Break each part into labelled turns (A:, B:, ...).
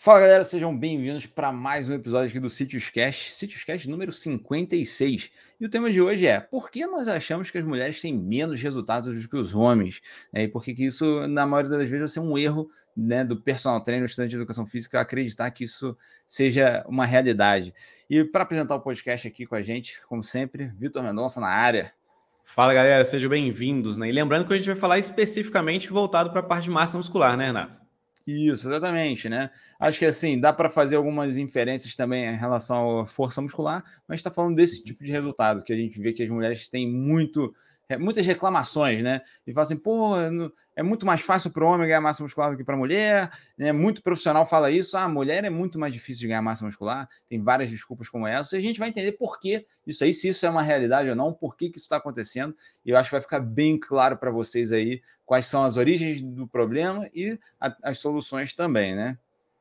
A: Fala galera, sejam bem-vindos para mais um episódio aqui do Sítios Cast número 56. E o tema de hoje é: por que nós achamos que as mulheres têm menos resultados do que os homens? E por que isso, na maioria das vezes, vai ser um erro, né, do personal trainer, estudante de educação física, acreditar que isso seja uma realidade. E para apresentar o podcast aqui com a gente, como sempre, Vitor Mendonça na área.
B: Fala galera, sejam bem-vindos, né? E lembrando que a gente vai falar especificamente voltado para a parte de massa muscular, né, Renato?
A: Isso, exatamente, né? Acho que assim, dá para fazer algumas inferências também em relação à força muscular, mas está falando desse tipo de resultado, que a gente vê que as mulheres têm muitas reclamações, né? E falam assim, pô, é muito mais fácil para o homem ganhar massa muscular do que para a mulher, né? Muito profissional fala isso, a mulher é muito mais difícil de ganhar massa muscular, tem várias desculpas como essa, e a gente vai entender por que isso aí, se isso é uma realidade ou não, por que isso está acontecendo, e eu acho que vai ficar bem claro para vocês aí quais são as origens do problema e as soluções também, né?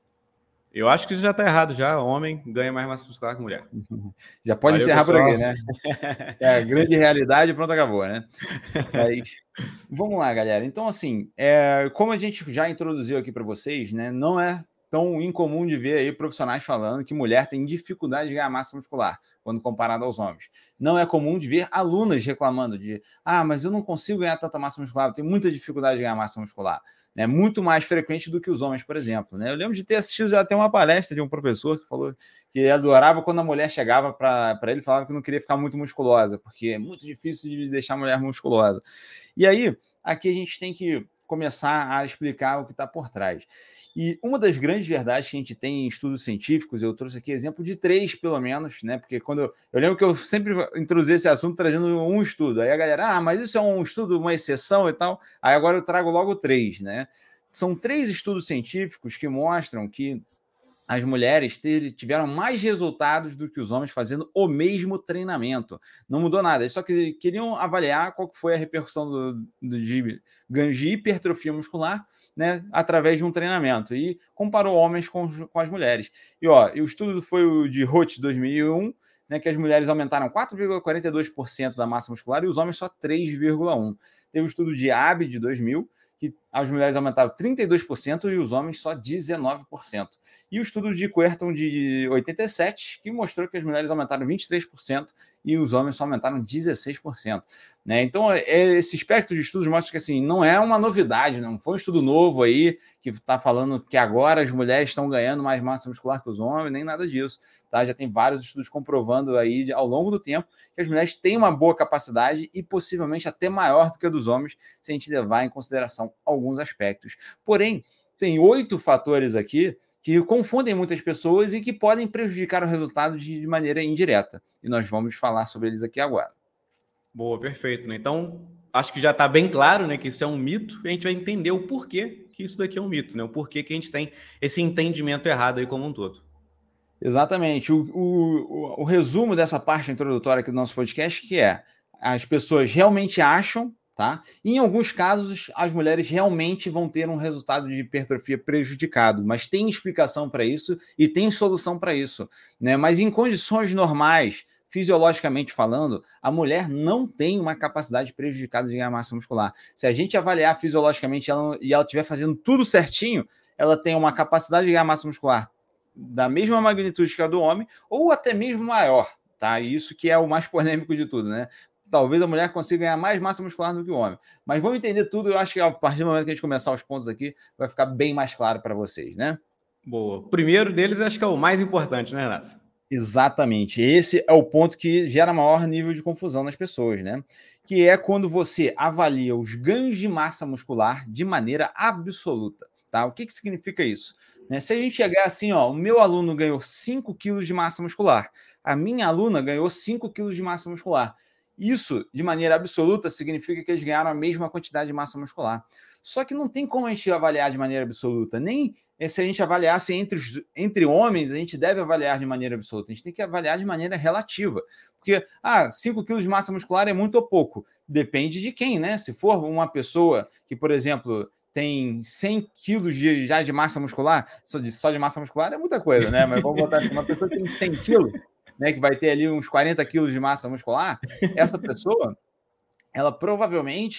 B: Eu acho que isso já está errado já. Homem ganha mais massa muscular que mulher.
A: Já pode
B: Valeu,
A: encerrar
B: pessoal.
A: por aqui, né? É a grande realidade, pronto, acabou, né? Mas vamos lá, galera. Então, assim, como a gente já introduziu aqui para vocês, né? Não é tão incomum de ver aí profissionais falando que mulher tem dificuldade de ganhar massa muscular quando comparado aos homens. Não é comum de ver alunas reclamando de mas eu não consigo ganhar tanta massa muscular, eu tenho muita dificuldade de ganhar massa muscular. É muito mais frequente do que os homens, por exemplo. Né? Eu lembro de ter assistido já até uma palestra de um professor que falou que adorava quando a mulher chegava para ele e falava que não queria ficar muito musculosa, porque é muito difícil de deixar a mulher musculosa. E aí, aqui a gente tem que começar a explicar o que está por trás. E uma das grandes verdades que a gente tem em estudos científicos, eu trouxe aqui exemplo de 3, pelo menos, né? Porque quando eu lembro que eu sempre introduzi esse assunto trazendo um estudo. Aí a galera, mas isso é um estudo, uma exceção e tal. Aí agora eu trago logo 3, né? São 3 estudos científicos que mostram que as mulheres tiveram mais resultados do que os homens fazendo o mesmo treinamento. Não mudou nada, eles só queriam avaliar qual foi a repercussão de ganho de hipertrofia muscular, né, através de um treinamento. E comparou homens com as mulheres. E o estudo foi o de Roth 2001, né, que as mulheres aumentaram 4,42% da massa muscular e os homens só 3,1%. Teve o estudo de Abe de 2000, que as mulheres aumentaram 32% e os homens só 19%. E o estudo de Querton de 87, que mostrou que as mulheres aumentaram 23% e os homens só aumentaram 16%. Né? Então, esse espectro de estudos mostra que assim, não é uma novidade, não foi um estudo novo aí que está falando que agora as mulheres estão ganhando mais massa muscular que os homens, nem nada disso. Tá? Já tem vários estudos comprovando aí ao longo do tempo que as mulheres têm uma boa capacidade e possivelmente até maior do que a dos homens, se a gente levar em consideração alguns aspectos. Porém, tem 8 fatores aqui que confundem muitas pessoas e que podem prejudicar o resultado de maneira indireta. E nós vamos falar sobre eles aqui agora.
B: Boa, perfeito, né? Então, acho que já está bem claro, né, que isso é um mito, e a gente vai entender o porquê que isso daqui é um mito, né? O porquê que a gente tem esse entendimento errado aí como um todo.
A: Exatamente. O resumo dessa parte introdutória aqui do nosso podcast que as pessoas realmente acham, tá? E em alguns casos, as mulheres realmente vão ter um resultado de hipertrofia prejudicado, mas tem explicação para isso e tem solução para isso, né? Mas em condições normais, fisiologicamente falando, a mulher não tem uma capacidade prejudicada de ganhar massa muscular. Se a gente avaliar fisiologicamente e ela estiver fazendo tudo certinho, ela tem uma capacidade de ganhar massa muscular da mesma magnitude que a do homem, ou até mesmo maior, tá? Isso que é o mais polêmico de tudo, né? Talvez a mulher consiga ganhar mais massa muscular do que o homem. Mas vamos entender tudo, eu acho que a partir do momento que a gente começar os pontos aqui, vai ficar bem mais claro para vocês, né?
B: Boa. O primeiro deles acho que é o mais importante, né, Renato?
A: Exatamente. Esse é o ponto que gera maior nível de confusão nas pessoas, né? Que é quando você avalia os ganhos de massa muscular de maneira absoluta. Tá? O que significa isso? Né? Se a gente chegar assim, o meu aluno ganhou 5 quilos de massa muscular, a minha aluna ganhou 5 quilos de massa muscular. Isso, de maneira absoluta, significa que eles ganharam a mesma quantidade de massa muscular. Só que não tem como a gente avaliar de maneira absoluta. Nem se a gente avaliasse entre homens, a gente deve avaliar de maneira absoluta. A gente tem que avaliar de maneira relativa. Porque, 5 quilos de massa muscular é muito ou pouco. Depende de quem, né? Se for uma pessoa que, por exemplo, tem 100 quilos já de massa muscular, só de massa muscular é muita coisa, né? Mas vamos botar assim, uma pessoa que tem 100 quilos, né, que vai ter ali uns 40 quilos de massa muscular, essa pessoa, ela provavelmente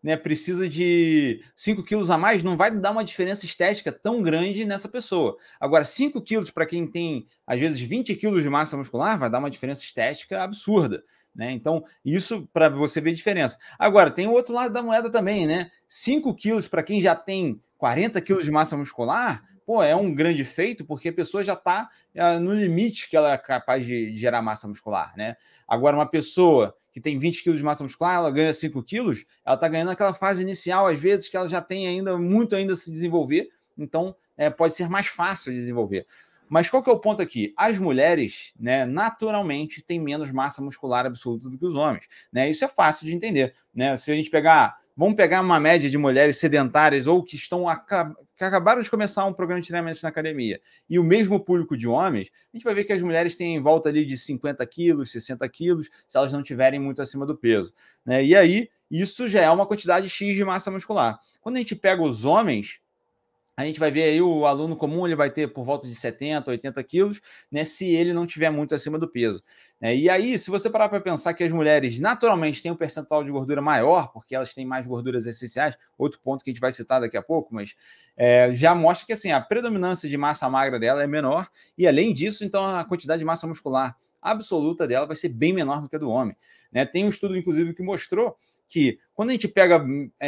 A: né, precisa de 5 quilos a mais, não vai dar uma diferença estética tão grande nessa pessoa. Agora, 5 quilos para quem tem, às vezes, 20 quilos de massa muscular, vai dar uma diferença estética absurda. Né? Então, isso para você ver a diferença. Agora, tem o outro lado da moeda também, né? 5 quilos para quem já tem 40 quilos de massa muscular, pô, é um grande feito, porque a pessoa já está no limite que ela é capaz de gerar massa muscular, né? Agora, uma pessoa que tem 20 quilos de massa muscular, ela ganha 5 quilos, ela está ganhando aquela fase inicial, às vezes, que ela já tem ainda muito ainda a se desenvolver, então pode ser mais fácil de desenvolver. Mas qual que é o ponto aqui? As mulheres, né, naturalmente, têm menos massa muscular absoluta do que os homens. Né? Isso é fácil de entender. Né? Se a gente vamos pegar uma média de mulheres sedentárias ou que acabaram de começar um programa de treinamento na academia e o mesmo público de homens, a gente vai ver que as mulheres têm em volta ali de 50 quilos, 60 quilos, se elas não estiverem muito acima do peso. Né? E aí, isso já é uma quantidade X de massa muscular. Quando a gente pega os homens, a gente vai ver aí o aluno comum, ele vai ter por volta de 70, 80 quilos, né, se ele não tiver muito acima do peso. E aí, se você parar para pensar que as mulheres naturalmente têm um percentual de gordura maior, porque elas têm mais gorduras essenciais, outro ponto que a gente vai citar daqui a pouco, mas já mostra que assim, a predominância de massa magra dela é menor, e além disso, então, a quantidade de massa muscular absoluta dela vai ser bem menor do que a do homem. Né? Tem um estudo, inclusive, que mostrou que quando a gente pega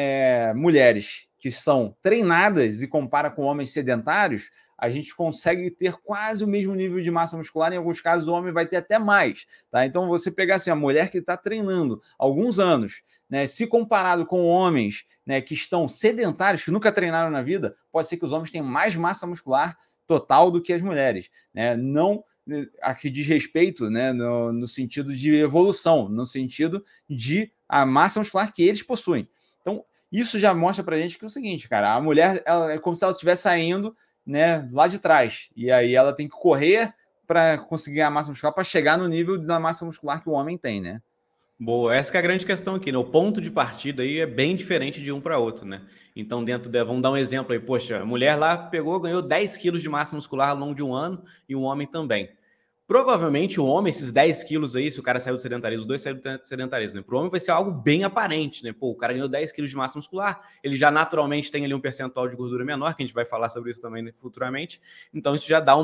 A: mulheres que são treinadas e compara com homens sedentários, a gente consegue ter quase o mesmo nível de massa muscular. Em alguns casos, o homem vai ter até mais. Tá? Então, você pegar assim, a mulher que está treinando há alguns anos, né, se comparado com homens, né, que estão sedentários, que nunca treinaram na vida, pode ser que os homens tenham mais massa muscular total do que as mulheres. Né? Não a que diz respeito, né, no sentido de evolução, no sentido de a massa muscular que eles possuem. Então, isso já mostra pra gente que é o seguinte, cara, a mulher é como se ela estivesse saindo, né, lá de trás, e aí ela tem que correr para conseguir a massa muscular para chegar no nível da massa muscular que o homem tem, né?
B: Boa, essa que é a grande questão aqui, né? O ponto de partida aí é bem diferente de um para outro, né? Então, vamos dar um exemplo aí, poxa, a mulher lá ganhou 10 quilos de massa muscular ao longo de um ano e um homem também. Provavelmente o homem, esses 10 quilos aí, se o cara saiu do sedentarismo, os dois saíram do sedentarismo, né? Para o homem vai ser algo bem aparente, né? Pô, o cara ganhou 10 quilos de massa muscular, ele já naturalmente tem ali um percentual de gordura menor, que a gente vai falar sobre isso também, né, futuramente. Então isso já dá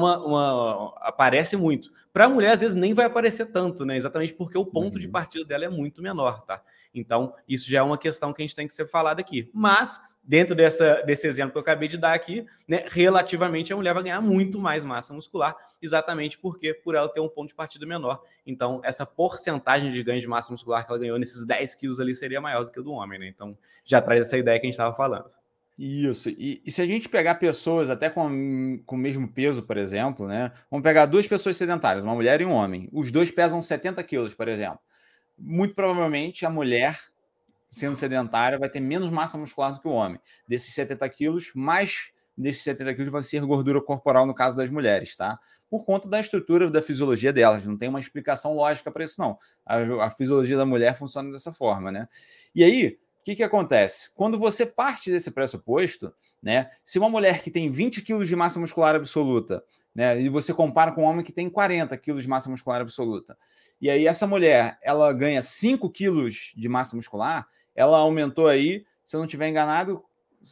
B: aparece muito. Para a mulher, às vezes, nem vai aparecer tanto, né? Exatamente porque o ponto de partida dela é muito menor, tá? Então, isso já é uma questão que a gente tem que ser falada aqui. Mas, dentro desse exemplo que eu acabei de dar aqui, né, relativamente a mulher vai ganhar muito mais massa muscular, exatamente porque por ela ter um ponto de partida menor. Então, essa porcentagem de ganho de massa muscular que ela ganhou nesses 10 quilos ali seria maior do que o do homem, né? Então, já traz essa ideia que a gente estava falando.
A: Isso, e se a gente pegar pessoas até com o mesmo peso, por exemplo, né? Vamos pegar duas pessoas sedentárias, uma mulher e um homem. Os dois pesam 70 quilos, por exemplo. Muito provavelmente a mulher, sendo sedentária, vai ter menos massa muscular do que o homem. Desses 70 quilos, mais desses 70 quilos vai ser gordura corporal no caso das mulheres, tá? Por conta da estrutura da fisiologia delas. Não tem uma explicação lógica para isso, não. A fisiologia da mulher funciona dessa forma, né? E aí, o que acontece? Quando você parte desse pressuposto, né? Se uma mulher que tem 20 quilos de massa muscular absoluta, né? E você compara com um homem que tem 40 quilos de massa muscular absoluta, e aí essa mulher, ela ganha 5 quilos de massa muscular, ela aumentou aí, se eu não estiver enganado,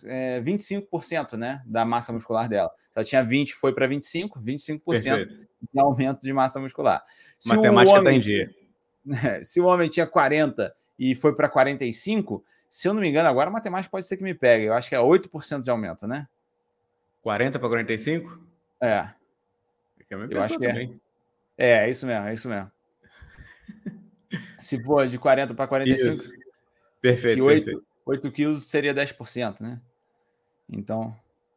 A: 25%, né, da massa muscular dela. Se ela tinha 20, foi para 25%, 25%
B: Perfeito.
A: de aumento de massa muscular.
B: Se matemática está em dia.
A: Se o homem tinha 40 e foi para 45, se eu não me engano, agora a matemática pode ser que me pegue. Eu acho que é 8% de aumento, né?
B: 40 para 45?
A: É. Eu acho que
B: também.
A: é isso mesmo, é isso mesmo. Se for de 40 para 45,
B: isso. Perfeito,
A: que 8 quilos seria 10%, né? Então.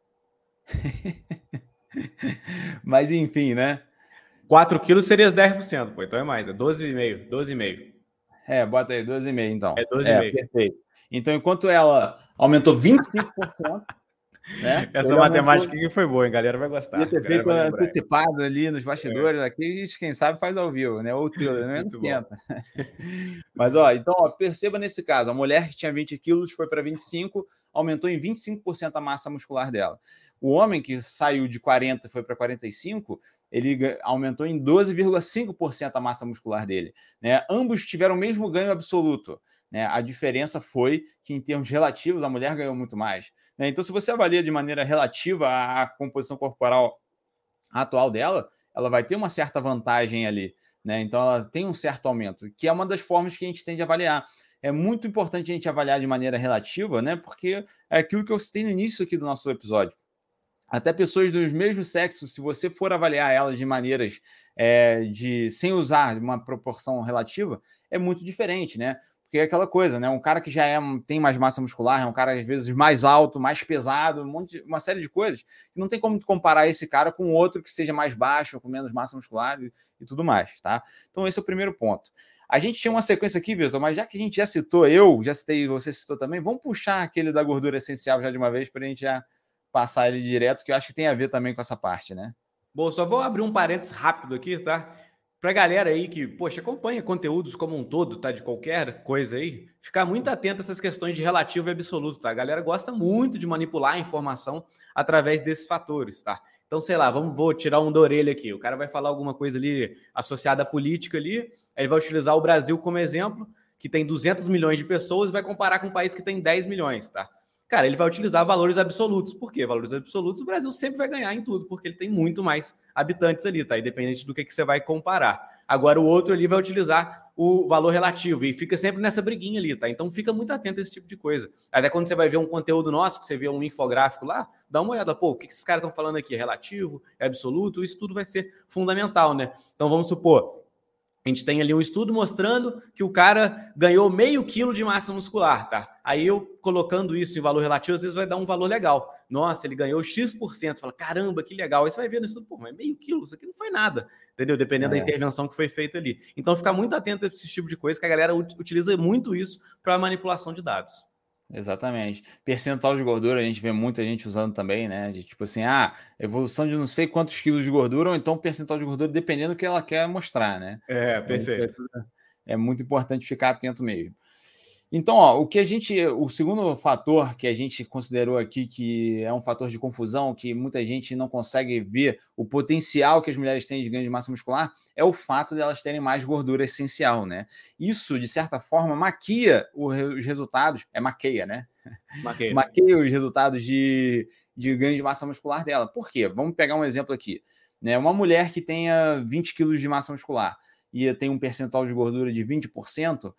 A: Mas enfim, né?
B: 4 quilos seria 10%, pô. Então é mais, é 12,5. 12,5.
A: Bota aí, 12,5 então.
B: É 12,5.
A: Perfeito. Então, enquanto ela aumentou 25%, né?
B: Essa matemática aqui foi boa, hein? A galera vai gostar.
A: Ia ter feito antecipado ali nos bastidores, aqui a gente, quem sabe, faz ao vivo, né? Ou teu, né? Não esquenta. Mas, então, perceba nesse caso, a mulher que tinha 20 quilos foi para 25, aumentou em 25% a massa muscular dela. O homem que saiu de 40 e foi para 45, ele aumentou em 12,5% a massa muscular dele. Né? Ambos tiveram o mesmo ganho absoluto. né? A diferença foi que, em termos relativos, a mulher ganhou muito mais, né? Então, se você avalia de maneira relativa à composição corporal atual dela, ela vai ter uma certa vantagem ali, né? Então, ela tem um certo aumento, que é uma das formas que a gente tem de avaliar. É muito importante a gente avaliar de maneira relativa, né? Porque é aquilo que eu citei no início aqui do nosso episódio. Até pessoas dos mesmos sexos, se você for avaliar elas de maneiras sem usar uma proporção relativa, é muito diferente, né? Porque é aquela coisa, né? Um cara que já tem mais massa muscular, é um cara, às vezes, mais alto, mais pesado, uma série de coisas, que não tem como comparar esse cara com outro que seja mais baixo, com menos massa muscular e tudo mais, tá? Então, esse é o primeiro ponto. A gente tinha uma sequência aqui, Vitor, mas já que a gente já citou, eu já citei, você citou também, vamos puxar aquele da gordura essencial já de uma vez para a gente já passar ele direto, que eu acho que tem a ver também com essa parte, né?
B: Bom, só vou abrir um parênteses rápido aqui, tá? Pra galera aí que, poxa, acompanha conteúdos como um todo, tá? De qualquer coisa aí, ficar muito atento a essas questões de relativo e absoluto, tá? A galera gosta muito de manipular a informação através desses fatores, tá? Então, sei lá, vou tirar um da orelha aqui. O cara vai falar alguma coisa ali associada à política ali, aí ele vai utilizar o Brasil como exemplo, que tem 200 milhões de pessoas, e vai comparar com um país que tem 10 milhões, tá? Cara, ele vai utilizar valores absolutos. Por quê? Valores absolutos, o Brasil sempre vai ganhar em tudo, porque ele tem muito mais habitantes ali, tá? Independente do que você vai comparar. Agora, o outro ali vai utilizar o valor relativo e fica sempre nessa briguinha ali, tá? Então, fica muito atento a esse tipo de coisa. Até quando você vai ver um conteúdo nosso, que você vê um infográfico lá, dá uma olhada, pô, o que esses caras estão falando aqui? É relativo? É absoluto? Isso tudo vai ser fundamental, né? Então, vamos supor, a gente tem ali um estudo mostrando que o cara ganhou meio quilo de massa muscular, tá? Aí eu colocando isso em valor relativo, às vezes vai dar um valor legal. Nossa, ele ganhou X%. Você fala, caramba, que legal. Aí você vai ver no estudo, pô, mas meio quilo, isso aqui não foi nada. Entendeu? Dependendo da intervenção que foi feita ali. Então, ficar muito atento a esse tipo de coisa, que a galera utiliza muito isso para manipulação de dados.
A: Exatamente. Percentual de gordura, a gente vê muita gente usando também, né? De tipo assim, evolução de não sei quantos quilos de gordura, ou então percentual de gordura, dependendo do que ela quer mostrar, né? Então,
B: Perfeito.
A: é muito importante ficar atento mesmo. Então, ó, o segundo fator que a gente considerou aqui que é um fator de confusão, que muita gente não consegue ver o potencial que as mulheres têm de ganho de massa muscular, é o fato de elas terem mais gordura essencial, né? Isso, de certa forma, maquia os resultados, maqueia, né? Maqueia os resultados de ganho de massa muscular dela. Por quê? Vamos pegar um exemplo aqui, né? Uma mulher que tenha 20 quilos de massa muscular e tem um percentual de gordura de 20%,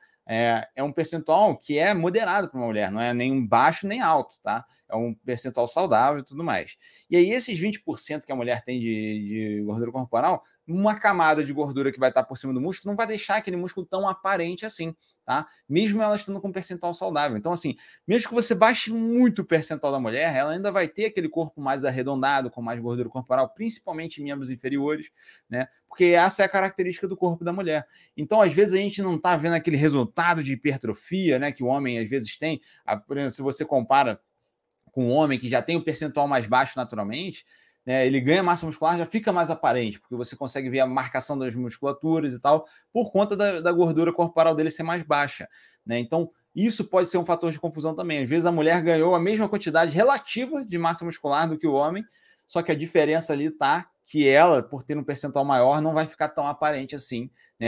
A: é um percentual que é moderado para uma mulher, não é nem baixo nem alto, tá? É um percentual saudável e tudo mais. E aí, esses 20% que a mulher tem de gordura corporal, uma camada de gordura que vai estar por cima do músculo não vai deixar aquele músculo tão aparente assim, tá? Mesmo ela estando com um percentual saudável. Então, assim, mesmo que você baixe muito o percentual da mulher, ela ainda vai ter aquele corpo mais arredondado, com mais gordura corporal, principalmente em membros inferiores, né? Porque essa é a característica do corpo da mulher. Então, às vezes, a gente não está vendo aquele resultado de hipertrofia, né, que o homem às vezes tem. Por exemplo, se você compara com um homem que já tem um percentual mais baixo naturalmente, né, ele ganha massa muscular, já fica mais aparente, porque você consegue ver a marcação das musculaturas e tal, por conta da gordura corporal dele ser mais baixa, né? Então, isso pode ser um fator de confusão também. Às vezes a mulher ganhou a mesma quantidade relativa de massa muscular do que o homem, só que a diferença ali está que ela, por ter um percentual maior, não vai ficar tão aparente assim, né?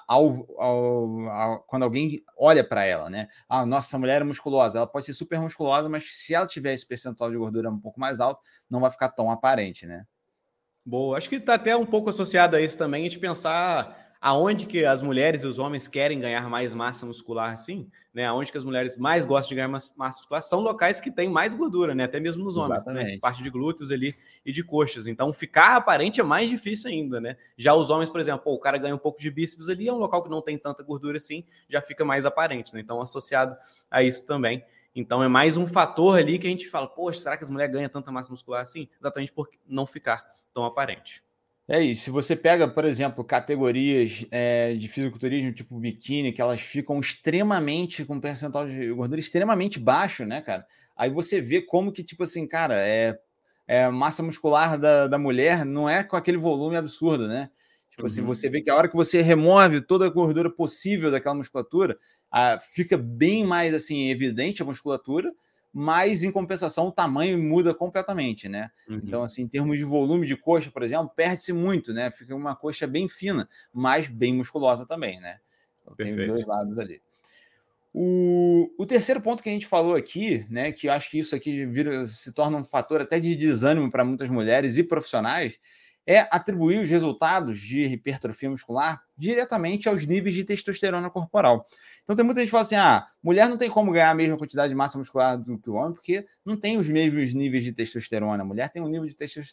A: Quando alguém olha para ela, né? Nossa, essa mulher é musculosa. Ela pode ser super musculosa, mas se ela tiver esse percentual de gordura um pouco mais alto, não vai ficar tão aparente, né?
B: Boa, acho que está até um pouco associado a isso também, a gente pensar aonde que as mulheres e os homens querem ganhar mais massa muscular, assim, né? Aonde que as mulheres mais gostam de ganhar massa muscular são locais que têm mais gordura, né? Até mesmo nos homens, né? Parte de glúteos ali e de coxas. Então, ficar aparente é mais difícil ainda, né? Já os homens, por exemplo, o cara ganha um pouco de bíceps ali, é um local que não tem tanta gordura assim, já fica mais aparente, né? Então, associado a isso também. Então, é mais um fator ali que a gente fala, poxa, será que as mulheres ganham tanta massa muscular assim? Exatamente por não ficar tão aparente.
A: É isso. Se você pega, por exemplo, categorias de fisiculturismo, tipo biquíni, que elas ficam extremamente com um percentual de gordura extremamente baixo, né, cara? Aí você vê como que, tipo assim, cara, massa muscular da mulher não é com aquele volume absurdo, né? Tipo assim, você vê que a hora que você remove toda a gordura possível daquela musculatura, fica bem mais assim evidente a musculatura, mas em compensação o tamanho muda completamente, né? Então, assim, em termos de volume de coxa, por exemplo, perde-se muito, né? Fica uma coxa bem fina, mas bem musculosa também, né? Então, tem os dois lados ali. O terceiro ponto que a gente falou aqui, né, que eu acho que isso aqui se torna um fator até de desânimo para muitas mulheres e profissionais, é atribuir os resultados de hipertrofia muscular diretamente aos níveis de testosterona corporal. Então tem muita gente que fala assim, mulher não tem como ganhar a mesma quantidade de massa muscular do que o homem, porque não tem os mesmos níveis de testosterona. A mulher tem um nível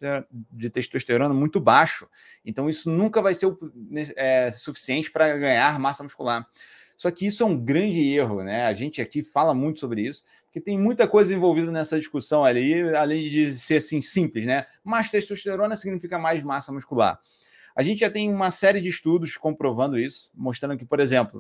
A: de testosterona muito baixo, então isso nunca vai ser suficiente para ganhar massa muscular. Só que isso é um grande erro, né? A gente aqui fala muito sobre isso, porque tem muita coisa envolvida nessa discussão ali, além de ser assim simples, né? Mais testosterona significa mais massa muscular. A gente já tem uma série de estudos comprovando isso, mostrando que, por exemplo,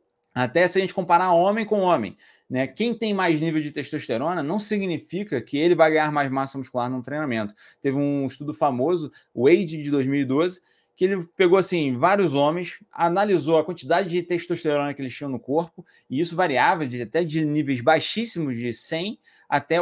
A: até se a gente comparar homem com homem, né? Quem tem mais nível de testosterona não significa que ele vai ganhar mais massa muscular num treinamento. Teve um estudo famoso, o Wade de 2012, que ele pegou assim vários homens, analisou a quantidade de testosterona que eles tinham no corpo, e isso variava até de níveis baixíssimos de 100 até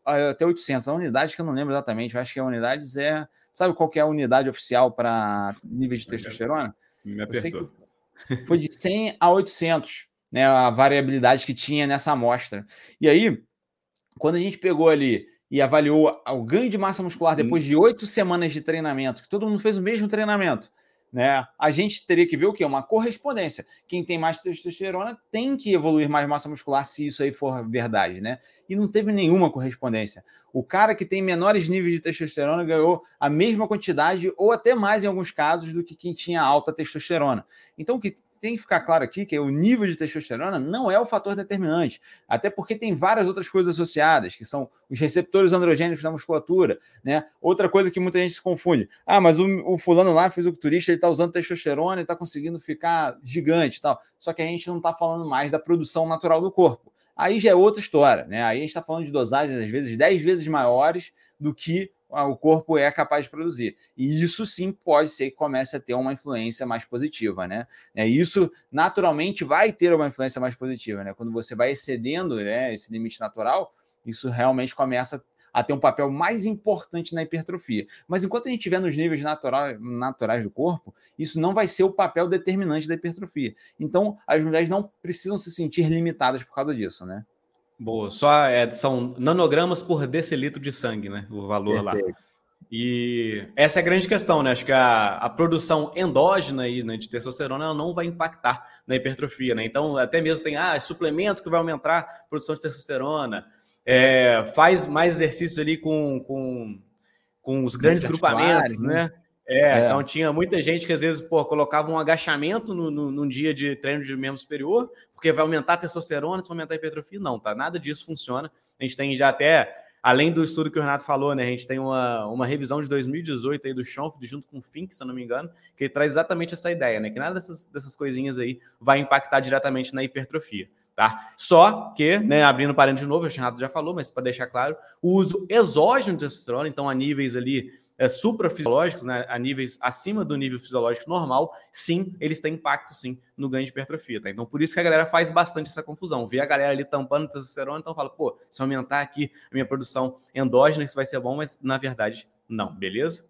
A: 800. A unidade que eu não lembro exatamente, eu acho que a unidade é... Sabe qual que é a unidade oficial para níveis de testosterona?
B: Me apertou.
A: Eu sei que foi de 100 a 800, né, a variabilidade que tinha nessa amostra. E aí, quando a gente pegou ali e avaliou o ganho de massa muscular depois de 8 semanas de treinamento, que todo mundo fez o mesmo treinamento, né? A gente teria que ver o quê? Uma correspondência. Quem tem mais testosterona tem que evoluir mais massa muscular se isso aí for verdade, né? E não teve nenhuma correspondência. O cara que tem menores níveis de testosterona ganhou a mesma quantidade ou até mais em alguns casos do que quem tinha alta testosterona. Então, o que tem que ficar claro aqui que o nível de testosterona não é o fator determinante, até porque tem várias outras coisas associadas, que são os receptores androgênicos da musculatura, né? Outra coisa que muita gente se confunde, mas o fulano lá, fisiculturista, ele está usando testosterona e está conseguindo ficar gigante e tal, só que a gente não está falando mais da produção natural do corpo. Aí já é outra história, né? Aí a gente está falando de dosagens, às vezes, 10 vezes maiores do que o corpo é capaz de produzir. E isso sim pode ser que comece a ter uma influência mais positiva, né? Isso naturalmente vai ter uma influência mais positiva, né? Quando você vai excedendo, né, esse limite natural, isso realmente começa a ter um papel mais importante na hipertrofia. Mas enquanto a gente estiver nos níveis naturais do corpo, isso não vai ser o papel determinante da hipertrofia. Então, as mulheres não precisam se sentir limitadas por causa disso, né?
B: Boa, são nanogramas por decilitro de sangue, né? O valor lá. E essa é a grande questão, né? Acho que a produção endógena aí, né, de testosterona ela não vai impactar na hipertrofia, né? Então, até mesmo tem suplemento que vai aumentar a produção de testosterona, faz mais exercícios ali com os grandes grupamentos, né? Então tinha muita gente que às vezes colocava um agachamento num dia de treino de membro superior, porque vai aumentar a testosterona, se vai aumentar a hipertrofia. Não, tá? Nada disso funciona. A gente tem já até, além do estudo que o Renato falou, né? A gente tem uma revisão de 2018 aí do Schoenfeld, junto com o Fink, se eu não me engano, que traz exatamente essa ideia, né? Que nada dessas coisinhas aí vai impactar diretamente na hipertrofia. Tá? Só que, né, abrindo parênteses de novo, o Renato já falou, mas para deixar claro, o uso exógeno de testosterona, então a níveis ali suprafisiológicos, né, a níveis acima do nível fisiológico normal, sim, eles têm impacto, sim, no ganho de hipertrofia, tá? Então, por isso que a galera faz bastante essa confusão. Vê a galera ali tampando testosterona, então fala, se aumentar aqui a minha produção endógena, isso vai ser bom, mas, na verdade, não, beleza?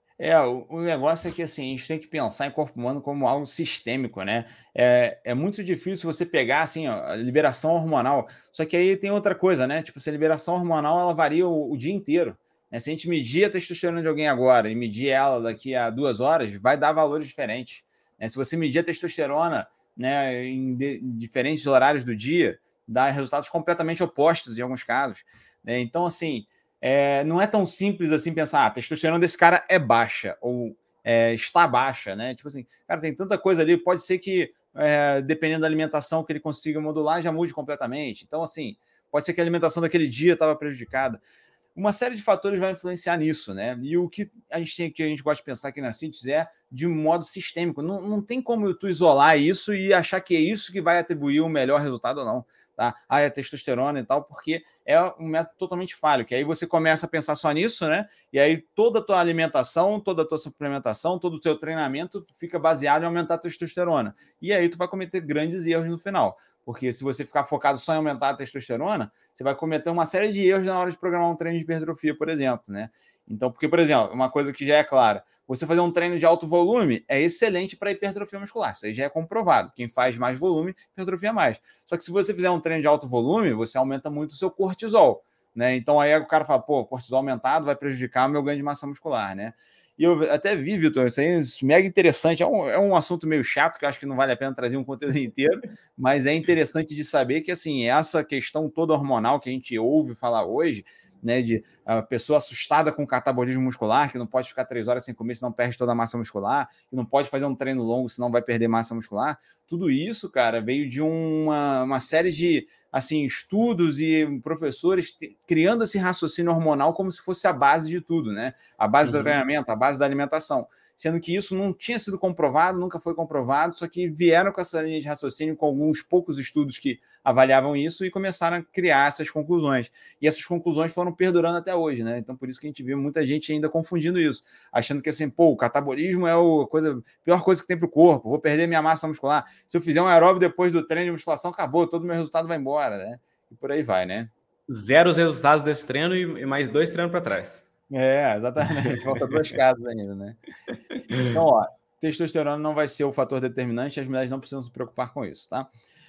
A: O negócio é que assim, a gente tem que pensar em corpo humano como algo sistêmico, né? É muito difícil você pegar assim, a liberação hormonal. Só que aí tem outra coisa, né? Tipo, a liberação hormonal ela varia o dia inteiro. Né? Se a gente medir a testosterona de alguém agora e medir ela daqui a 2 horas, vai dar valores diferentes. Né? Se você medir a testosterona, né, em diferentes horários do dia, dá resultados completamente opostos em alguns casos. Né? Então, assim. Não é tão simples assim pensar, a testosterona desse cara é baixa ou está baixa, né? Tipo assim, cara, tem tanta coisa ali, pode ser que, dependendo da alimentação que ele consiga modular, já mude completamente. Então, assim, pode ser que a alimentação daquele dia estava prejudicada. Uma série de fatores vai influenciar nisso, né? E o que a gente gosta de pensar aqui na síntese é de um modo sistêmico. Não tem como tu isolar isso e achar que é isso que vai atribuir o melhor resultado ou não. Tá? É testosterona e tal, porque é um método totalmente falho, que aí você começa a pensar só nisso, né? E aí toda a tua alimentação, toda a tua suplementação, todo o teu treinamento fica baseado em aumentar a testosterona. E aí tu vai cometer grandes erros no final. Porque se você ficar focado só em aumentar a testosterona, você vai cometer uma série de erros na hora de programar um treino de hipertrofia, por exemplo, né? Então, porque, por exemplo, uma coisa que já é clara, você fazer um treino de alto volume é excelente para hipertrofia muscular. Isso aí já é comprovado. Quem faz mais volume, hipertrofia mais. Só que se você fizer um treino de alto volume, você aumenta muito o seu cortisol, né? Então aí o cara fala, pô, cortisol aumentado vai prejudicar o meu ganho de massa muscular, né? E eu até vi, Vitor, isso aí é mega interessante. É um assunto meio chato, que eu acho que não vale a pena trazer um conteúdo inteiro, mas é interessante de saber que, assim, essa questão toda hormonal que a gente ouve falar hoje, né, de a pessoa assustada com catabolismo muscular, que não pode ficar 3 horas sem comer, senão perde toda a massa muscular, que não pode fazer um treino longo, senão vai perder massa muscular. Tudo isso, cara, veio de uma série de, assim, estudos e professores criando esse raciocínio hormonal como se fosse a base de tudo, né? A base do treinamento, a base da alimentação. Sendo que isso não tinha sido comprovado, nunca foi comprovado, só que vieram com essa linha de raciocínio, com alguns poucos estudos que avaliavam isso e começaram a criar essas conclusões. E essas conclusões foram perdurando até hoje, né? Então, por isso que a gente vê muita gente ainda confundindo isso, achando que, assim, pô, o catabolismo é a pior coisa que tem para o corpo, vou perder minha massa muscular. Se eu fizer um aeróbio depois do treino de musculação, acabou, todo o meu resultado vai embora, né? E por aí vai, né?
B: Zero os resultados desse treino e mais 2 treinos para trás.
A: Exatamente. Falta 2 casos ainda, né? Então, ó, testosterona não vai ser o fator determinante, as mulheres não precisam se preocupar com isso, tá?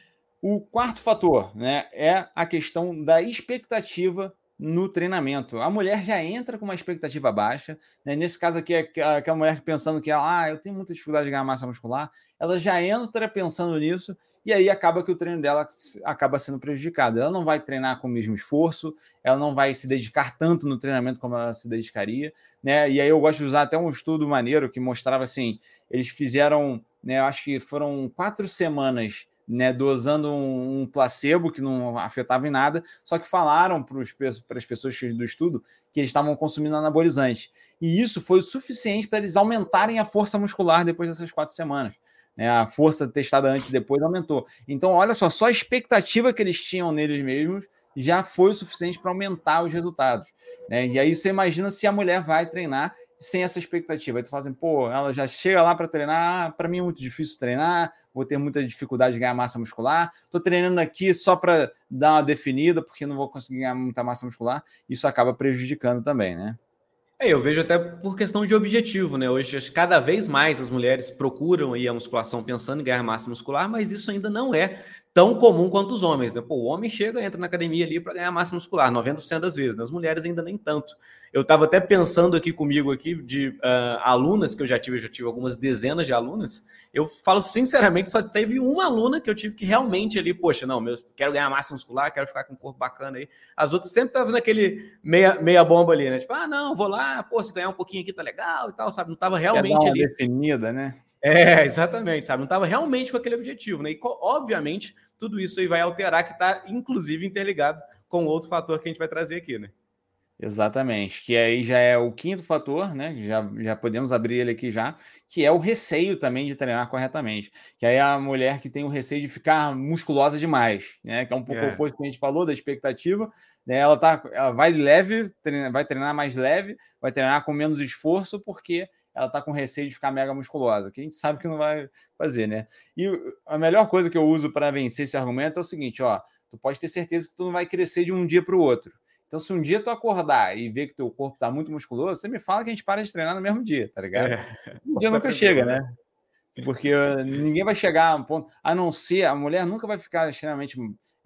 A: O quarto fator, né, é a questão da expectativa no treinamento. A mulher já entra com uma expectativa baixa, né? Nesse caso aqui, é aquela mulher pensando que eu tenho muita dificuldade de ganhar massa muscular, ela já entra pensando nisso, e aí acaba que o treino dela acaba sendo prejudicado. Ela não vai treinar com o mesmo esforço, ela não vai se dedicar tanto no treinamento como ela se dedicaria, né? E aí eu gosto de usar até um estudo maneiro que mostrava assim, eles fizeram, né, eu acho que foram 4 semanas, né, dosando um placebo que não afetava em nada, só que falaram para as pessoas do estudo que eles estavam consumindo anabolizante. E isso foi o suficiente para eles aumentarem a força muscular depois dessas 4 semanas. Né? A força testada antes e depois aumentou. Então, olha só a expectativa que eles tinham neles mesmos já foi o suficiente para aumentar os resultados. Né? E aí você imagina se a mulher vai treinar sem essa expectativa. Aí tu fala assim, pô, ela já chega lá para treinar, para mim é muito difícil treinar, vou ter muita dificuldade de ganhar massa muscular, tô treinando aqui só para dar uma definida, porque não vou conseguir ganhar muita massa muscular, isso acaba prejudicando também, né?
B: Eu vejo até por questão de objetivo, né? Hoje, cada vez mais as mulheres procuram aí a musculação pensando em ganhar massa muscular, mas isso ainda não é tão comum quanto os homens, né? Pô, o homem entra na academia ali para ganhar massa muscular, 90% das vezes, né? As mulheres ainda nem tanto. Eu estava até pensando aqui comigo de alunas que eu já tive algumas dezenas de alunas. Eu falo sinceramente, só teve uma aluna que eu tive que realmente ali, poxa, não, quero ganhar massa muscular, quero ficar com um corpo bacana aí. As outras sempre estavam naquele meia bomba ali, né? Tipo, não, vou lá, pô, se ganhar um pouquinho aqui tá legal e tal, sabe? Não estava realmente
A: dar uma
B: ali
A: definida, né?
B: Exatamente, sabe? Não estava realmente com aquele objetivo, né? E, obviamente, tudo isso aí vai alterar, que está, inclusive, interligado com outro fator que a gente vai trazer aqui, né?
A: Exatamente, que aí já é o quinto fator, né? Já podemos abrir ele aqui já, que é o receio também de treinar corretamente. Que aí é a mulher que tem o receio de ficar musculosa demais, né? Que é um pouco o oposto que a gente falou da expectativa, né? Ela vai leve, vai treinar mais leve, vai treinar com menos esforço, porque ela tá com receio de ficar mega musculosa, que a gente sabe que não vai fazer, né? E a melhor coisa que eu uso para vencer esse argumento é o seguinte, ó, tu pode ter certeza que tu não vai crescer de um dia para o outro. Então, se um dia tu acordar e ver que teu corpo tá muito musculoso, você me fala que a gente para de treinar no mesmo dia, tá ligado? Um dia nunca chega, né? Porque ninguém vai chegar a um ponto, a não ser, a mulher nunca vai ficar extremamente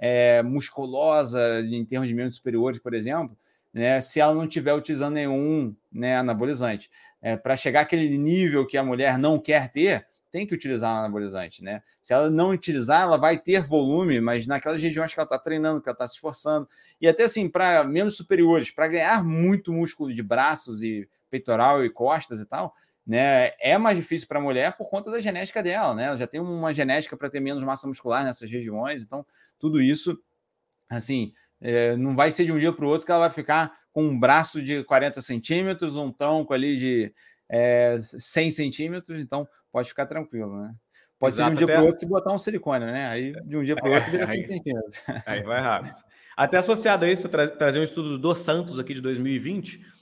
A: musculosa em termos de membros superiores, por exemplo, né, se ela não estiver utilizando nenhum, né, anabolizante. Para chegar àquele nível que a mulher não quer ter, tem que utilizar um anabolizante, né? Se ela não utilizar, ela vai ter volume, mas naquelas regiões que ela está treinando, que ela está se esforçando. E até assim, para membros superiores, para ganhar muito músculo de braços e peitoral e costas e tal, né, é mais difícil para a mulher por conta da genética dela, né? Ela já tem uma genética para ter menos massa muscular nessas regiões, então tudo isso, assim, não vai ser de um dia para o outro que ela vai ficar com um braço de 40 centímetros, um tronco ali de 100 centímetros, então pode ficar tranquilo, né? Pode ser de um dia para o outro se botar um silicone, né? Aí de um dia para o outro vira 100 centímetros.
B: Aí vai rápido. Até associado a isso, trazer um estudo do Dos Santos aqui de 2020,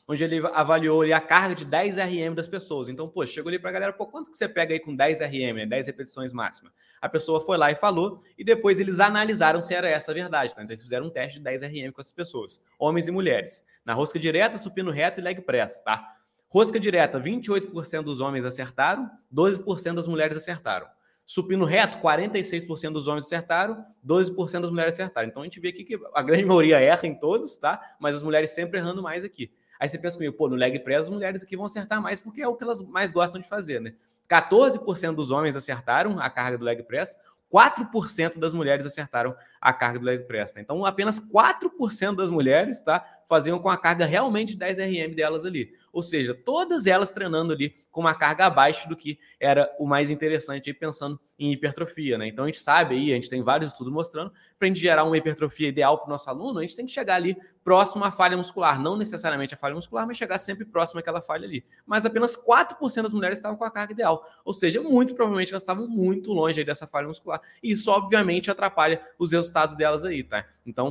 B: onde ele avaliou ali a carga de 10 RM das pessoas. Então, pô, chegou ali para a galera, pô, quanto que você pega aí com 10 RM, né? 10 repetições máximas? A pessoa foi lá e falou, e depois eles analisaram se era essa a verdade, tá? Então eles fizeram um teste de 10 RM com essas pessoas, homens e mulheres, na rosca direta, supino reto e leg press, tá? Rosca direta, 28% dos homens acertaram, 12% das mulheres acertaram. Supino reto, 46% dos homens acertaram, 12% das mulheres acertaram. Então a gente vê aqui que a grande maioria erra em todos, tá? Mas as mulheres sempre errando mais aqui. Aí você pensa comigo, pô, no leg press as mulheres aqui vão acertar mais porque é o que elas mais gostam de fazer, né? 14% dos homens acertaram a carga do leg press, 4% das mulheres acertaram a carga do leg press. Tá? Então, apenas 4% das mulheres, tá, faziam com a carga realmente de 10 RM delas ali. Ou seja, todas elas treinando ali com uma carga abaixo do que era o mais interessante, aí, pensando em hipertrofia. Né? Então, a gente sabe aí, a gente tem vários estudos mostrando, para a gente gerar uma hipertrofia ideal para o nosso aluno, a gente tem que chegar ali próximo à falha muscular. Não necessariamente a falha muscular, mas chegar sempre próximo àquela falha ali. Mas apenas 4% das mulheres estavam com a carga ideal. Ou seja, muito provavelmente elas estavam muito longe aí dessa falha muscular. E isso, obviamente, atrapalha os resultados delas aí, tá? Então,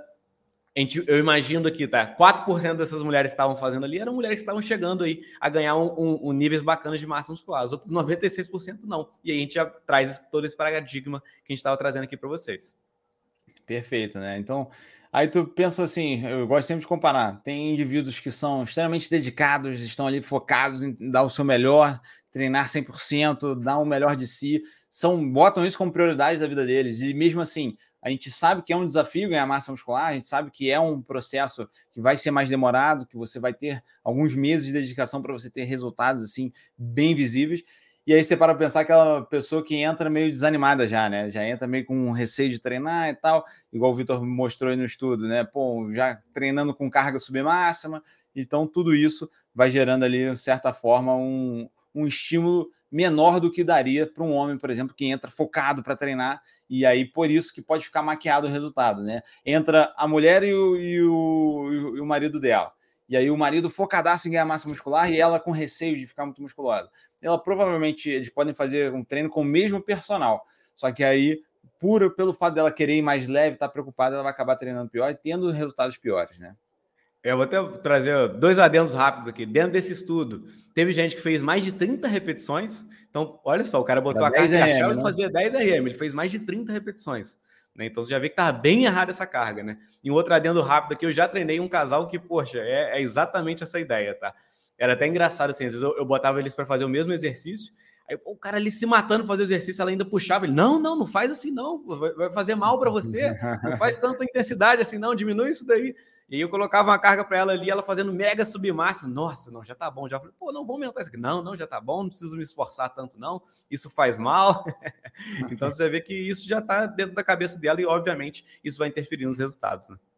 B: eu imagino aqui, tá? 4% dessas mulheres que estavam fazendo ali eram mulheres que estavam chegando aí a ganhar um níveis bacanas de massa muscular. Os outros 96% não. E aí a gente já traz todo esse paradigma que a gente estava trazendo aqui para vocês.
A: Perfeito, né? Então, aí tu pensa assim, eu gosto sempre de comparar. Tem indivíduos que são extremamente dedicados, estão ali focados em dar o seu melhor, treinar 100%, dar o melhor de si, botam isso como prioridade da vida deles. E mesmo assim, a gente sabe que é um desafio ganhar massa muscular, a gente sabe que é um processo que vai ser mais demorado, que você vai ter alguns meses de dedicação para você ter resultados assim bem visíveis. E aí você para pensar aquela pessoa que entra meio desanimada já, né? Já entra meio com receio de treinar e tal, igual o Vitor mostrou aí no estudo, né? Pô, já treinando com carga submáxima. Então, tudo isso vai gerando ali, de certa forma, um estímulo menor do que daria para um homem, por exemplo, que entra focado para treinar, e aí por isso que pode ficar maquiado o resultado, né? Entra a mulher e o marido dela. E aí o marido focadaço em ganhar massa muscular e ela com receio de ficar muito musculosa. Ela provavelmente, eles podem fazer um treino com o mesmo personal. Só que aí, pelo fato dela querer ir mais leve, estar preocupada, ela vai acabar treinando pior e tendo resultados piores, né?
B: Eu vou até trazer 2 adendos rápidos aqui. Dentro desse estudo, teve gente que fez mais de 30 repetições. Então, olha só, o cara botou a carga e achava que fazia 10 RM. Ele fez mais de 30 repetições. Né? Então, você já vê que estava bem errada essa carga, né? E um outro adendo rápido aqui, eu já treinei um casal que, poxa, é exatamente essa ideia, tá? Era até engraçado, assim, às vezes eu botava eles para fazer o mesmo exercício, aí o cara ali se matando para fazer o exercício, ela ainda puxava ele, não faz assim não, vai fazer mal para você, não faz tanta intensidade assim não, diminui isso daí. E aí eu colocava uma carga para ela ali, ela fazendo mega submáximo, nossa, não, já tá bom, já falei, pô, não, vamos aumentar isso aqui, não, já tá bom, não preciso me esforçar tanto não, isso faz mal. Então você vê que isso já tá dentro da cabeça dela e obviamente isso vai interferir nos resultados, né?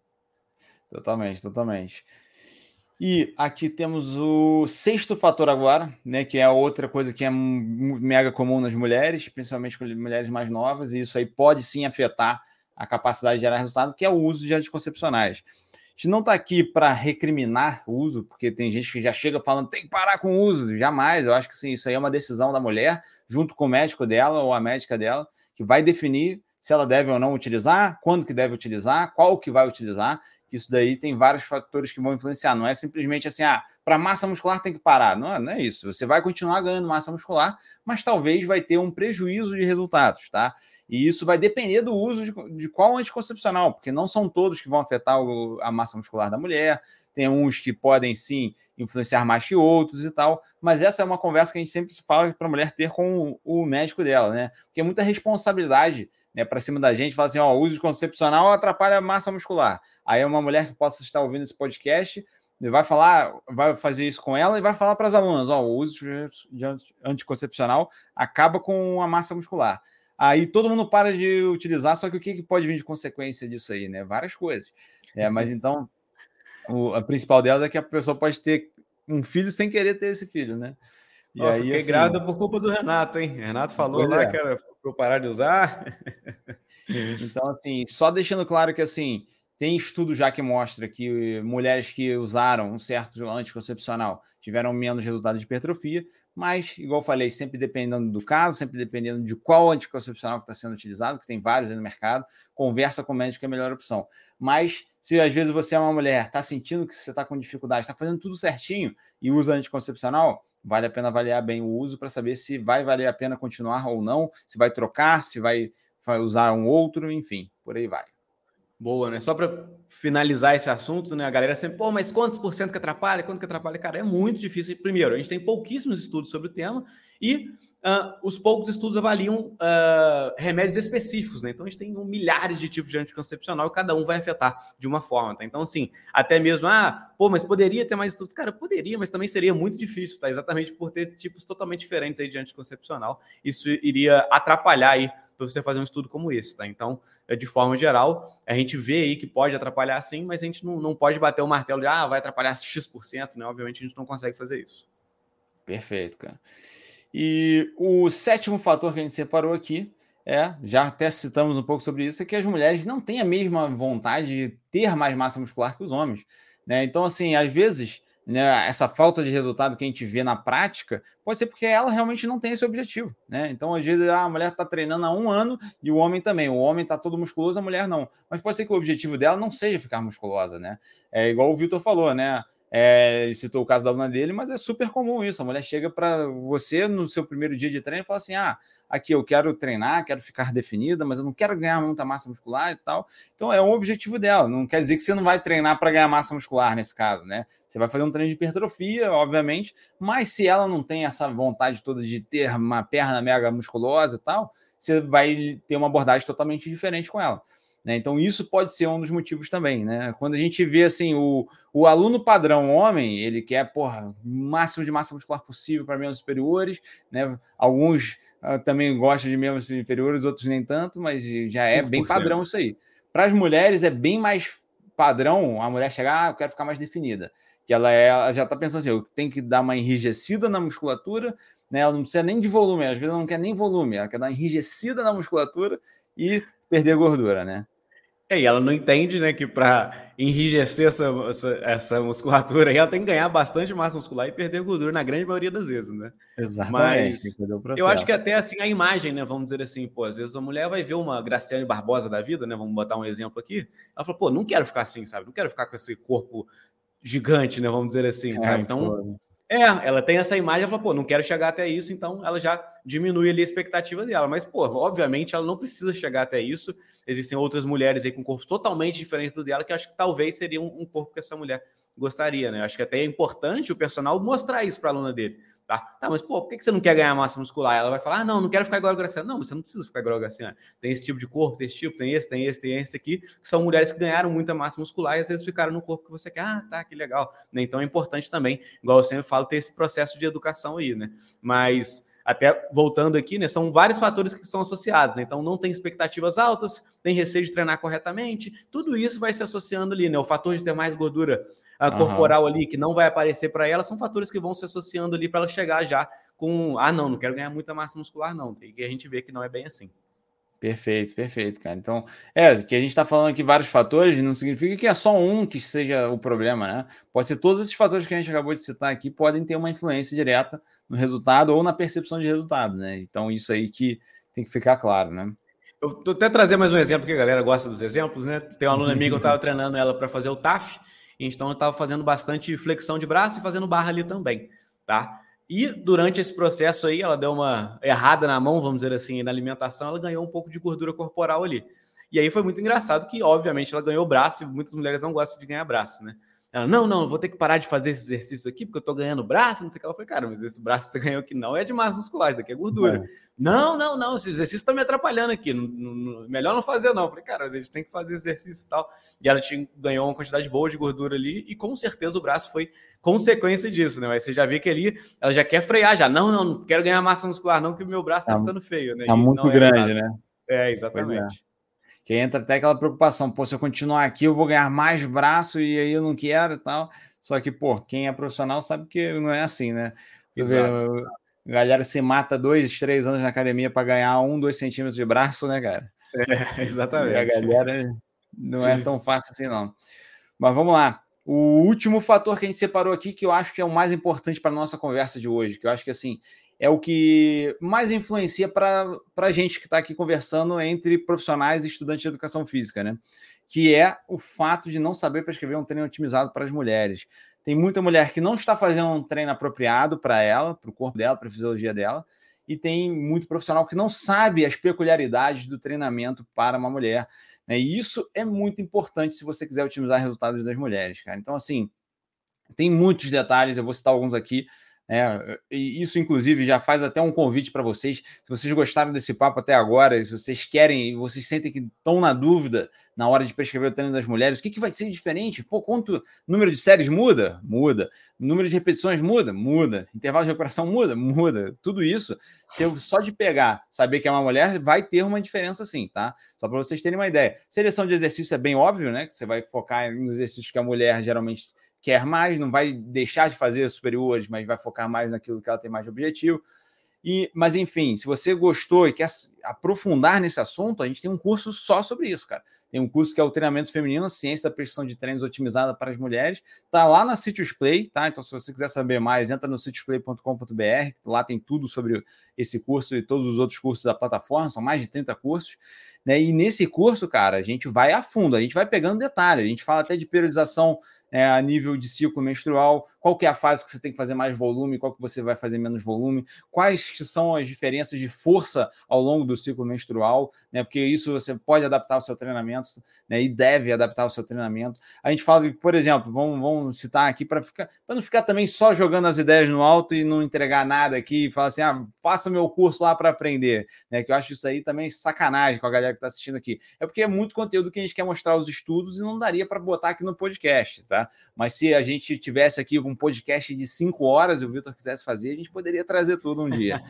A: Totalmente. E aqui temos o 6º fator agora, né, que é outra coisa que é mega comum nas mulheres, principalmente com mulheres mais novas, e isso aí pode sim afetar a capacidade de gerar resultado, que é o uso de anticoncepcionais. A gente não está aqui para recriminar o uso, porque tem gente que já chega falando tem que parar com o uso. Jamais, eu acho que sim, isso aí é uma decisão da mulher, junto com o médico dela ou a médica dela, que vai definir se ela deve ou não utilizar, quando que deve utilizar, qual que vai utilizar. Isso daí tem vários fatores que vão influenciar. Não é simplesmente assim, para massa muscular tem que parar. Não é isso. Você vai continuar ganhando massa muscular, mas talvez vai ter um prejuízo de resultados, tá? E isso vai depender do uso de qual anticoncepcional, porque não são todos que vão afetar a massa muscular da mulher. Tem uns que podem, sim, influenciar mais que outros e tal. Mas essa é uma conversa que a gente sempre fala para a mulher ter com o médico dela, né? Porque é muita responsabilidade, né, para cima da gente. Fala assim, o uso concepcional atrapalha a massa muscular. Aí uma mulher que possa estar ouvindo esse podcast vai fazer isso com ela e vai falar para as alunas, o uso de anticoncepcional acaba com a massa muscular. Aí todo mundo para de utilizar, só que o que pode vir de consequência disso aí, né? Várias coisas. Mas então, a principal delas é que a pessoa pode ter um filho sem querer ter esse filho, né?
B: E aí, fiquei assim, grávida por culpa do Renato, hein? Renato falou lá que era para eu parar de usar.
A: Então, assim, só deixando claro que, assim, Tem estudo já que mostra que mulheres que usaram um certo anticoncepcional tiveram menos resultado de hipertrofia, mas, igual eu falei, sempre dependendo do caso, sempre dependendo de qual anticoncepcional que está sendo utilizado, que tem vários aí no mercado, conversa com o médico que é a melhor opção. Mas, se às vezes você é uma mulher, está sentindo que você está com dificuldade, está fazendo tudo certinho e usa anticoncepcional, vale a pena avaliar bem o uso para saber se vai valer a pena continuar ou não, se vai trocar, se vai usar um outro, enfim, por aí vai.
B: Boa, né? Só para finalizar esse assunto, né? A galera sempre, pô, mas quantos por cento que atrapalha? Quanto que atrapalha? Cara, é muito difícil. Primeiro, a gente tem pouquíssimos estudos sobre o tema e os poucos estudos avaliam remédios específicos, né? Então, a gente tem milhares de tipos de anticoncepcional e cada um vai afetar de uma forma, tá? Então, assim, até mesmo, pô, mas poderia ter mais estudos? Cara, poderia, mas também seria muito difícil, tá? Exatamente por ter tipos totalmente diferentes aí de anticoncepcional. Isso iria atrapalhar aí para você fazer um estudo como esse, tá? Então, de forma geral, a gente vê aí que pode atrapalhar sim, mas a gente não pode bater o martelo de vai atrapalhar X%, né? Obviamente a gente não consegue fazer isso.
A: Perfeito, cara. E o 7º fator que a gente separou aqui já até citamos um pouco sobre isso, é que as mulheres não têm a mesma vontade de ter mais massa muscular que os homens, né? Então, assim, às vezes, né, essa falta de resultado que a gente vê na prática pode ser porque ela realmente não tem esse objetivo, né? Então, às vezes, a mulher está treinando há 1 ano e o homem também. O homem está todo musculoso, a mulher não. Mas pode ser que o objetivo dela não seja ficar musculosa, né? É igual o Vitor falou, né? Citou o caso da aluna dele, mas é super comum isso. A mulher chega para você no seu primeiro dia de treino e fala assim: aqui eu quero treinar, quero ficar definida, mas eu não quero ganhar muita massa muscular e tal. Então é um objetivo dela. Não quer dizer que você não vai treinar para ganhar massa muscular nesse caso, né? Você vai fazer um treino de hipertrofia, obviamente, mas se ela não tem essa vontade toda de ter uma perna mega musculosa e tal, você vai ter uma abordagem totalmente diferente com ela. Né? Então, isso pode ser um dos motivos também, né? Quando a gente vê assim, o aluno padrão homem, ele quer o máximo de massa muscular possível para membros superiores, né? Alguns também gostam de membros inferiores, outros nem tanto, mas já é
B: 5%.
A: Bem padrão isso aí. Para as mulheres, é bem mais padrão a mulher chegar, eu quero ficar mais definida. Que ela já está pensando assim, eu tenho que dar uma enrijecida na musculatura, né? Ela não precisa nem de volume, às vezes ela não quer nem volume, ela quer dar uma enrijecida na musculatura e perder gordura, né?
B: E ela não entende, né, que para enrijecer essa musculatura aí, ela tem que ganhar bastante massa muscular e perder gordura na grande maioria das vezes, né?
A: Exatamente, tem que
B: Mas
A: fazer o processo.
B: eu acho que até assim a imagem, né, vamos dizer assim, às vezes a mulher vai ver uma Graciane Barbosa da vida, né, vamos botar um exemplo aqui, ela fala, não quero ficar assim, sabe? Não quero ficar com esse corpo gigante, né, vamos dizer assim, tá? Então, ela tem essa imagem, ela fala, não quero chegar até isso, então ela já diminui ali a expectativa dela. Mas, obviamente ela não precisa chegar até isso. Existem outras mulheres aí com corpos totalmente diferentes do dela, que acho que talvez seria um corpo que essa mulher gostaria, né? Acho que até é importante o personal mostrar isso para a aluna dele. Tá, mas por que você não quer ganhar massa muscular? Ela vai falar, não quero ficar igual a Graciana. Não, você não precisa ficar igual a Graciana. Tem esse tipo de corpo, tem esse tipo, tem esse aqui, que são mulheres que ganharam muita massa muscular e às vezes ficaram no corpo que você quer. Tá, que legal. Então é importante também, igual eu sempre falo, ter esse processo de educação aí, né? Mas até voltando aqui, né, são vários fatores que são associados, né? Então não tem expectativas altas, tem receio de treinar corretamente, tudo isso vai se associando ali, né? O fator de ter mais gordura corporal ali, que não vai aparecer para ela, são fatores que vão se associando ali para ela chegar já com, não quero ganhar muita massa muscular, não. Tem que a gente vê que não é bem assim.
A: Perfeito, cara. Então, que a gente está falando aqui vários fatores, não significa que é só um que seja o problema, né? Pode ser todos esses fatores que a gente acabou de citar aqui podem ter uma influência direta no resultado ou na percepção de resultado, né? Então, isso aí que tem que ficar claro, né?
B: Eu tô até trazer mais um exemplo, que a galera gosta dos exemplos, né? Tem uma aluna minha que eu estava treinando ela para fazer o TAF, então eu estava fazendo bastante flexão de braço e fazendo barra ali também, tá? E durante esse processo aí, ela deu uma errada na mão, vamos dizer assim, na alimentação, ela ganhou um pouco de gordura corporal ali. E aí foi muito engraçado que, obviamente, ela ganhou braço e muitas mulheres não gostam de ganhar braço, né? Ela, não, vou ter que parar de fazer esse exercício aqui, porque eu tô ganhando braço, não sei o que. Ela falou, cara, mas esse braço que você ganhou aqui não é de massa muscular, isso daqui é gordura. Não, esse exercício tá me atrapalhando aqui, melhor não fazer não. Eu falei, cara, a gente tem que fazer exercício e tal. E ela ganhou uma quantidade boa de gordura ali, e com certeza o braço foi consequência disso, né? Mas você já vê que ali, ela já quer frear, já, não quero ganhar massa muscular não, que o meu braço tá ficando feio, né?
A: Tá muito grande, né?
B: Exatamente.
A: Que entra até aquela preocupação, se eu continuar aqui, eu vou ganhar mais braço e aí eu não quero e tal. Só que, quem é profissional sabe que não é assim, né?
B: Exato.
A: A galera se mata 2, 3 anos na academia para ganhar 1, 2 centímetros de braço, né, cara?
B: Exatamente.
A: E a galera Não é tão fácil assim, não. Mas vamos lá. O último fator que a gente separou aqui, que eu acho que é o mais importante para a nossa conversa de hoje, que eu acho que assim é o que mais influencia para a gente que está aqui conversando entre profissionais e estudantes de educação física, né? Que é o fato de não saber prescrever um treino otimizado para as mulheres. Tem muita mulher que não está fazendo um treino apropriado para ela, para o corpo dela, para a fisiologia dela, e tem muito profissional que não sabe as peculiaridades do treinamento para uma mulher. Né? E isso é muito importante se você quiser otimizar resultados das mulheres, cara. Então, assim, tem muitos detalhes, eu vou citar alguns aqui. E isso, inclusive, já faz até um convite para vocês. Se vocês gostaram desse papo até agora, se vocês querem, vocês sentem que estão na dúvida na hora de prescrever o treino das mulheres, o que vai ser diferente? Pô, quanto número de séries muda? Muda. Número de repetições muda? Muda. Intervalo de recuperação muda? Muda. Tudo isso, se eu só de pegar, saber que é uma mulher, vai ter uma diferença sim, tá? Só para vocês terem uma ideia. Seleção de exercício é bem óbvio, né? Que você vai focar nos exercícios que a mulher geralmente quer mais, não vai deixar de fazer superiores, mas vai focar mais naquilo que ela tem mais de objetivo. Mas, enfim, se você gostou e quer aprofundar nesse assunto, a gente tem um curso só sobre isso, cara. Tem um curso que é o Treinamento Feminino, Ciência da Prescrição de Treinos Otimizada para as Mulheres. Tá lá na Sítios Play, tá? Então, se você quiser saber mais, entra no sitiosplay.com.br. Lá tem tudo sobre esse curso e todos os outros cursos da plataforma. São mais de 30 cursos. Né? E nesse curso, cara, a gente vai a fundo, a gente vai pegando detalhes. A gente fala até de periodização a nível de ciclo menstrual, qual que é a fase que você tem que fazer mais volume, qual que você vai fazer menos volume, quais que são as diferenças de força ao longo do ciclo menstrual, né? Porque isso você pode adaptar ao seu treinamento, né? E deve adaptar ao seu treinamento. A gente fala, por exemplo, vamos citar aqui para não ficar também só jogando as ideias no alto e não entregar nada aqui e falar assim, faça meu curso lá para aprender, né? Que eu acho isso aí também sacanagem com a galera que está assistindo aqui. É porque é muito conteúdo que a gente quer mostrar os estudos e não daria para botar aqui no podcast, tá? Mas se a gente tivesse aqui um podcast de 5 horas e o Vitor quisesse fazer, a gente poderia trazer tudo um dia.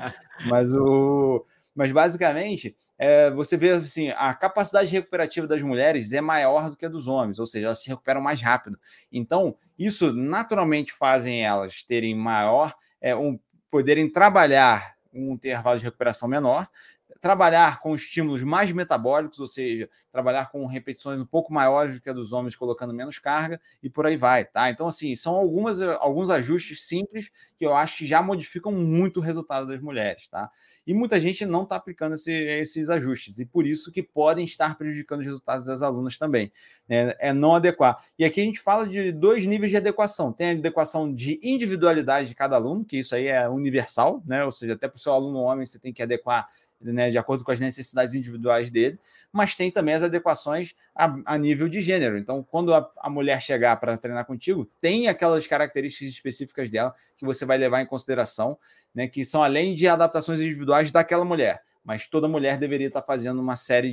A: Mas basicamente, você vê assim, a capacidade recuperativa das mulheres é maior do que a dos homens, ou seja, elas se recuperam mais rápido. Então, isso naturalmente fazem elas terem maior, poderem trabalhar um intervalo de recuperação menor, trabalhar com estímulos mais metabólicos, ou seja, trabalhar com repetições um pouco maiores do que a dos homens, colocando menos carga, e por aí vai, tá? Então, assim, são alguns ajustes simples que eu acho que já modificam muito o resultado das mulheres, tá? E muita gente não está aplicando esses ajustes, e por isso que podem estar prejudicando os resultados das alunas também, né? É não adequar. E aqui a gente fala de 2 níveis de adequação. Tem a adequação de individualidade de cada aluno, que isso aí é universal, né? Ou seja, até para o seu aluno homem você tem que adequar, né, de acordo com as necessidades individuais dele, mas tem também as adequações a nível de gênero. Então, quando a mulher chegar para treinar contigo, tem aquelas características específicas dela que você vai levar em consideração, né, que são além de adaptações individuais daquela mulher, mas toda mulher deveria estar fazendo uma série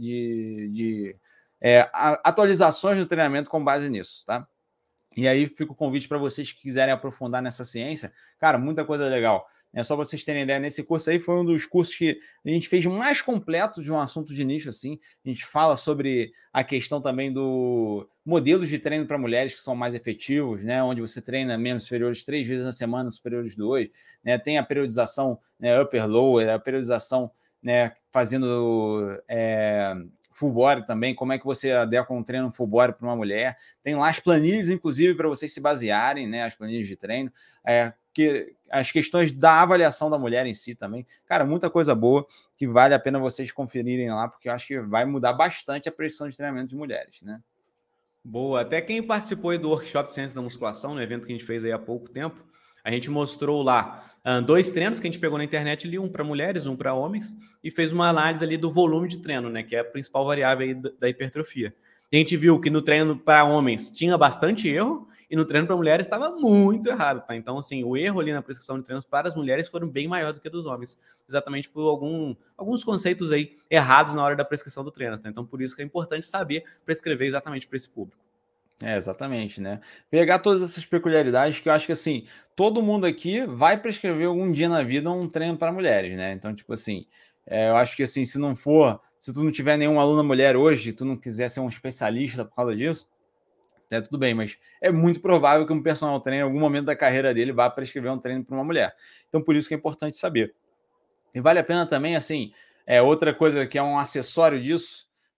A: de atualizações no treinamento com base nisso, tá? E aí fica o convite para vocês que quiserem aprofundar nessa ciência. Cara, muita coisa legal. É só vocês terem ideia, nesse curso aí foi um dos cursos que a gente fez mais completo de um assunto de nicho, assim. A gente fala sobre a questão também do modelos de treino para mulheres que são mais efetivos, né? Onde você treina membros superiores 3 vezes na semana, superiores 2, né? Tem a periodização, né, upper lower, a periodização, né, fazendo full body também, como é que você adequa um treino full body para uma mulher. Tem lá as planilhas, inclusive, para vocês se basearem, né? As planilhas de treino, que as questões da avaliação da mulher em si também. Cara, muita coisa boa que vale a pena vocês conferirem lá, porque eu acho que vai mudar bastante a predição de treinamento de mulheres, né?
B: Boa. Até quem participou aí do workshop Ciência da Musculação, no evento que a gente fez aí há pouco tempo, a gente mostrou lá 2 treinos que a gente pegou na internet ali, um para mulheres, um para homens, e fez uma análise ali do volume de treino, né, que é a principal variável aí da hipertrofia. E a gente viu que no treino para homens tinha bastante erro e no treino para mulheres estava muito errado, tá? Então, assim, o erro ali na prescrição de treinos para as mulheres foram bem maior do que dos homens, exatamente por alguns conceitos aí errados na hora da prescrição do treino, tá? Então, por isso que é importante saber prescrever exatamente para esse público.
A: Exatamente, né? Pegar todas essas peculiaridades que eu acho que, assim, todo mundo aqui vai prescrever algum dia na vida um treino para mulheres, né? Então, tipo assim, eu acho que, assim, se tu não tiver nenhuma aluna mulher hoje, tu não quiser ser um especialista por causa disso, tudo bem, mas é muito provável que um personal trainer, em algum momento da carreira dele, vá prescrever um treino para uma mulher. Então, por isso que é importante saber. E vale a pena também, assim, outra coisa que é um acessório disso,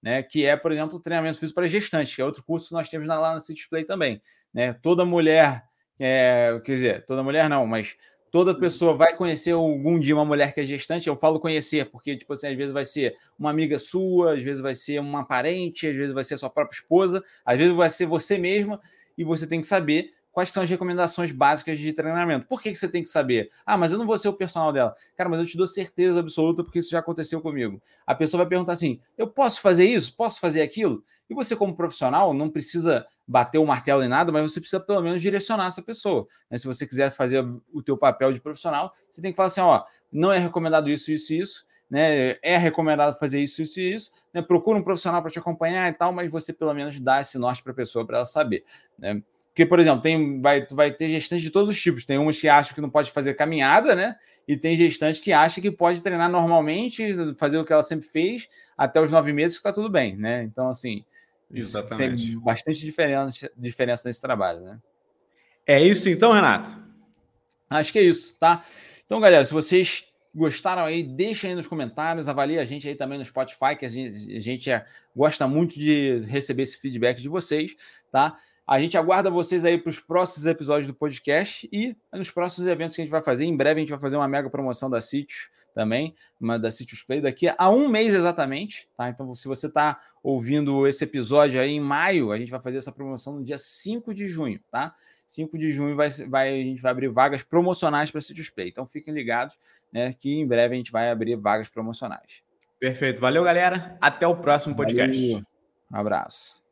A: né? Que é, por exemplo, o treinamento físico para gestantes, que é outro curso que nós temos lá no City Play também, né? Toda mulher, quer dizer, toda mulher não, mas toda pessoa vai conhecer algum dia uma mulher que é gestante. Eu falo conhecer, porque, tipo assim, às vezes vai ser uma amiga sua, às vezes vai ser uma parente, às vezes vai ser a sua própria esposa, às vezes vai ser você mesma, e você tem que saber quais são as recomendações básicas de treinamento. Por que você tem que saber? Ah, mas eu não vou ser o personal dela. Cara, mas eu te dou certeza absoluta porque isso já aconteceu comigo. A pessoa vai perguntar assim, eu posso fazer isso? Posso fazer aquilo? E você, como profissional, não precisa bater o martelo em nada, mas você precisa pelo menos direcionar essa pessoa. Né? Se você quiser fazer o teu papel de profissional, você tem que falar assim, ó, não é recomendado isso, isso e isso, né? É recomendado fazer isso, isso e isso, né? Procura um profissional para te acompanhar e tal, mas você pelo menos dá esse norte para a pessoa, para ela saber, né? Porque, por exemplo, tu vai ter gestantes de todos os tipos. Tem umas que acham que não pode fazer caminhada, né? E tem gestante que acha que pode treinar normalmente, fazer o que ela sempre fez, até os 9 meses que está tudo bem, né? Então, assim, tem bastante diferença nesse trabalho, né?
B: É isso então, Renato?
A: Acho que é isso, tá? Então, galera, se vocês gostaram aí, deixem aí nos comentários, avalie a gente aí também no Spotify, que a gente gosta muito de receber esse feedback de vocês, tá? A gente aguarda vocês aí para os próximos episódios do podcast e nos próximos eventos que a gente vai fazer. Em breve a gente vai fazer uma mega promoção da Sítios também, da Sítios Play, daqui a um mês exatamente, tá? Então, se você está ouvindo esse episódio aí em maio, a gente vai fazer essa promoção no dia 5 de junho, tá? 5 de junho a gente vai abrir vagas promocionais para Sítios Play. Então, fiquem ligados, né, que em breve a gente vai abrir vagas promocionais.
B: Perfeito. Valeu, galera. Até o próximo podcast.
A: Valeu. Um abraço.